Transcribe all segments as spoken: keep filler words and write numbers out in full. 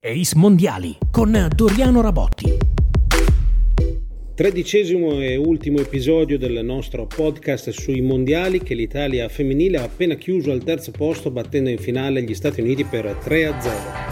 Ace Mondiali con Doriano Rabotti. Tredicesimo e ultimo episodio del nostro podcast sui mondiali che l'Italia femminile ha appena chiuso al terzo posto battendo in finale gli Stati Uniti per tre a zero.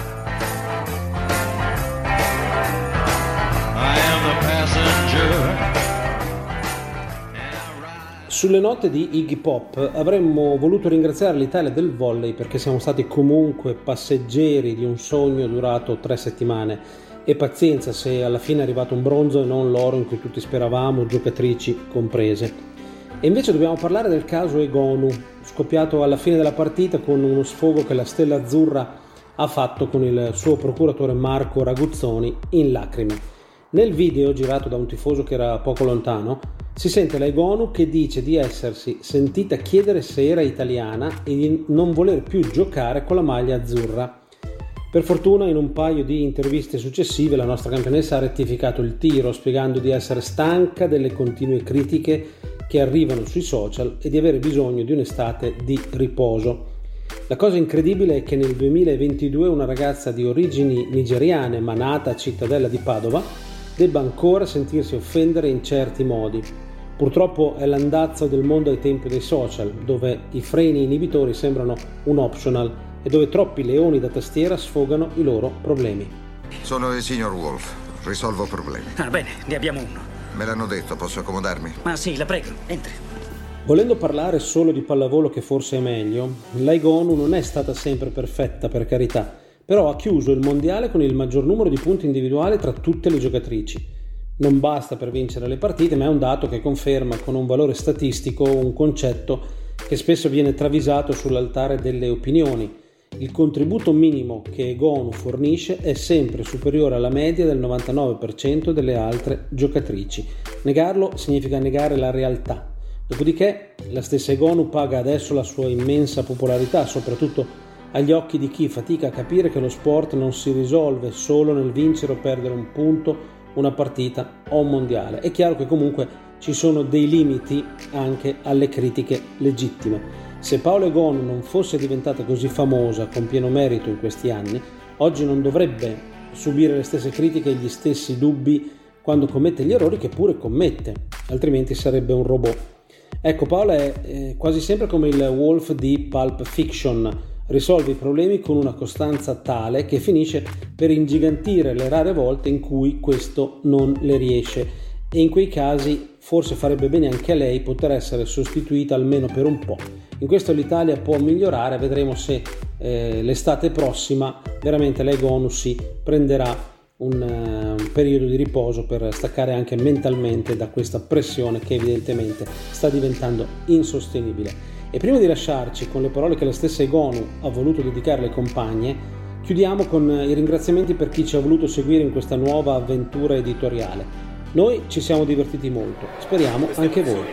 Sulle note di Iggy Pop avremmo voluto ringraziare l'Italia del volley perché siamo stati comunque passeggeri di un sogno durato tre settimane e pazienza se alla fine è arrivato un bronzo e non l'oro in cui tutti speravamo, giocatrici comprese. E invece dobbiamo parlare del caso Egonu, scoppiato alla fine della partita con uno sfogo che la Stella Azzurra ha fatto con il suo procuratore Marco Raguzzoni in lacrime. Nel video, girato da un tifoso che era poco lontano, si sente la Egonu che dice di essersi sentita chiedere se era italiana e di non voler più giocare con la maglia azzurra. Per fortuna in un paio di interviste successive la nostra campionessa ha rettificato il tiro, spiegando di essere stanca delle continue critiche che arrivano sui social e di avere bisogno di un'estate di riposo. La cosa incredibile è che nel duemilaventidue una ragazza di origini nigeriane ma nata a Cittadella di Padova debba ancora sentirsi offendere in certi modi. Purtroppo è l'andazzo del mondo ai tempi dei social, dove i freni inibitori sembrano un optional e dove troppi leoni da tastiera sfogano i loro problemi. Sono il signor Wolf, risolvo problemi. Ah, bene, ne abbiamo uno. Me l'hanno detto, posso accomodarmi? Ah sì, la prego, entri. Volendo parlare solo di pallavolo, che forse è meglio, la Egonu non è stata sempre perfetta, per carità, però ha chiuso il mondiale con il maggior numero di punti individuali tra tutte le giocatrici. Non basta per vincere le partite, ma è un dato che conferma con un valore statistico un concetto che spesso viene travisato sull'altare delle opinioni. Il contributo minimo che Egonu fornisce è sempre superiore alla media del novantanove per cento delle altre giocatrici. Negarlo significa negare la realtà. Dopodiché la stessa Egonu paga adesso la sua immensa popolarità, soprattutto agli occhi di chi fatica a capire che lo sport non si risolve solo nel vincere o perdere un punto, una partita o un mondiale. È chiaro che comunque ci sono dei limiti anche alle critiche legittime. Se Paola Egonu non fosse diventata così famosa con pieno merito in questi anni, oggi non dovrebbe subire le stesse critiche e gli stessi dubbi quando commette gli errori che pure commette, altrimenti sarebbe un robot. Ecco, Paola è eh, quasi sempre come il Wolf di Pulp Fiction. Risolve i problemi con una costanza tale che finisce per ingigantire le rare volte in cui questo non le riesce, e in quei casi forse farebbe bene anche a lei poter essere sostituita almeno per un po'. In questo l'Italia può migliorare, vedremo se eh, l'estate prossima veramente la Egonu si prenderà un, uh, un periodo di riposo per staccare anche mentalmente da questa pressione che evidentemente sta diventando insostenibile. E prima di lasciarci con le parole che la stessa Egonu ha voluto dedicare alle compagne, chiudiamo con i ringraziamenti per chi ci ha voluto seguire in questa nuova avventura editoriale. Noi ci siamo divertiti molto, speriamo anche voi.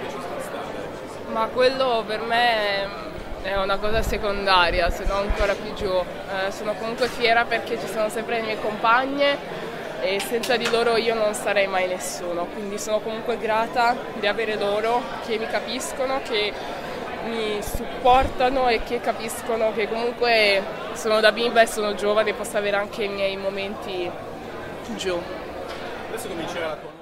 Ma quello per me è una cosa secondaria, se non ancora più giù. Eh, sono comunque fiera perché ci sono sempre le mie compagne e senza di loro io non sarei mai nessuno, quindi sono comunque grata di avere loro che mi capiscono, che mi supportano e che capiscono che comunque sono da bimba e sono giovane e posso avere anche i miei momenti giù. Adesso comincerà la tua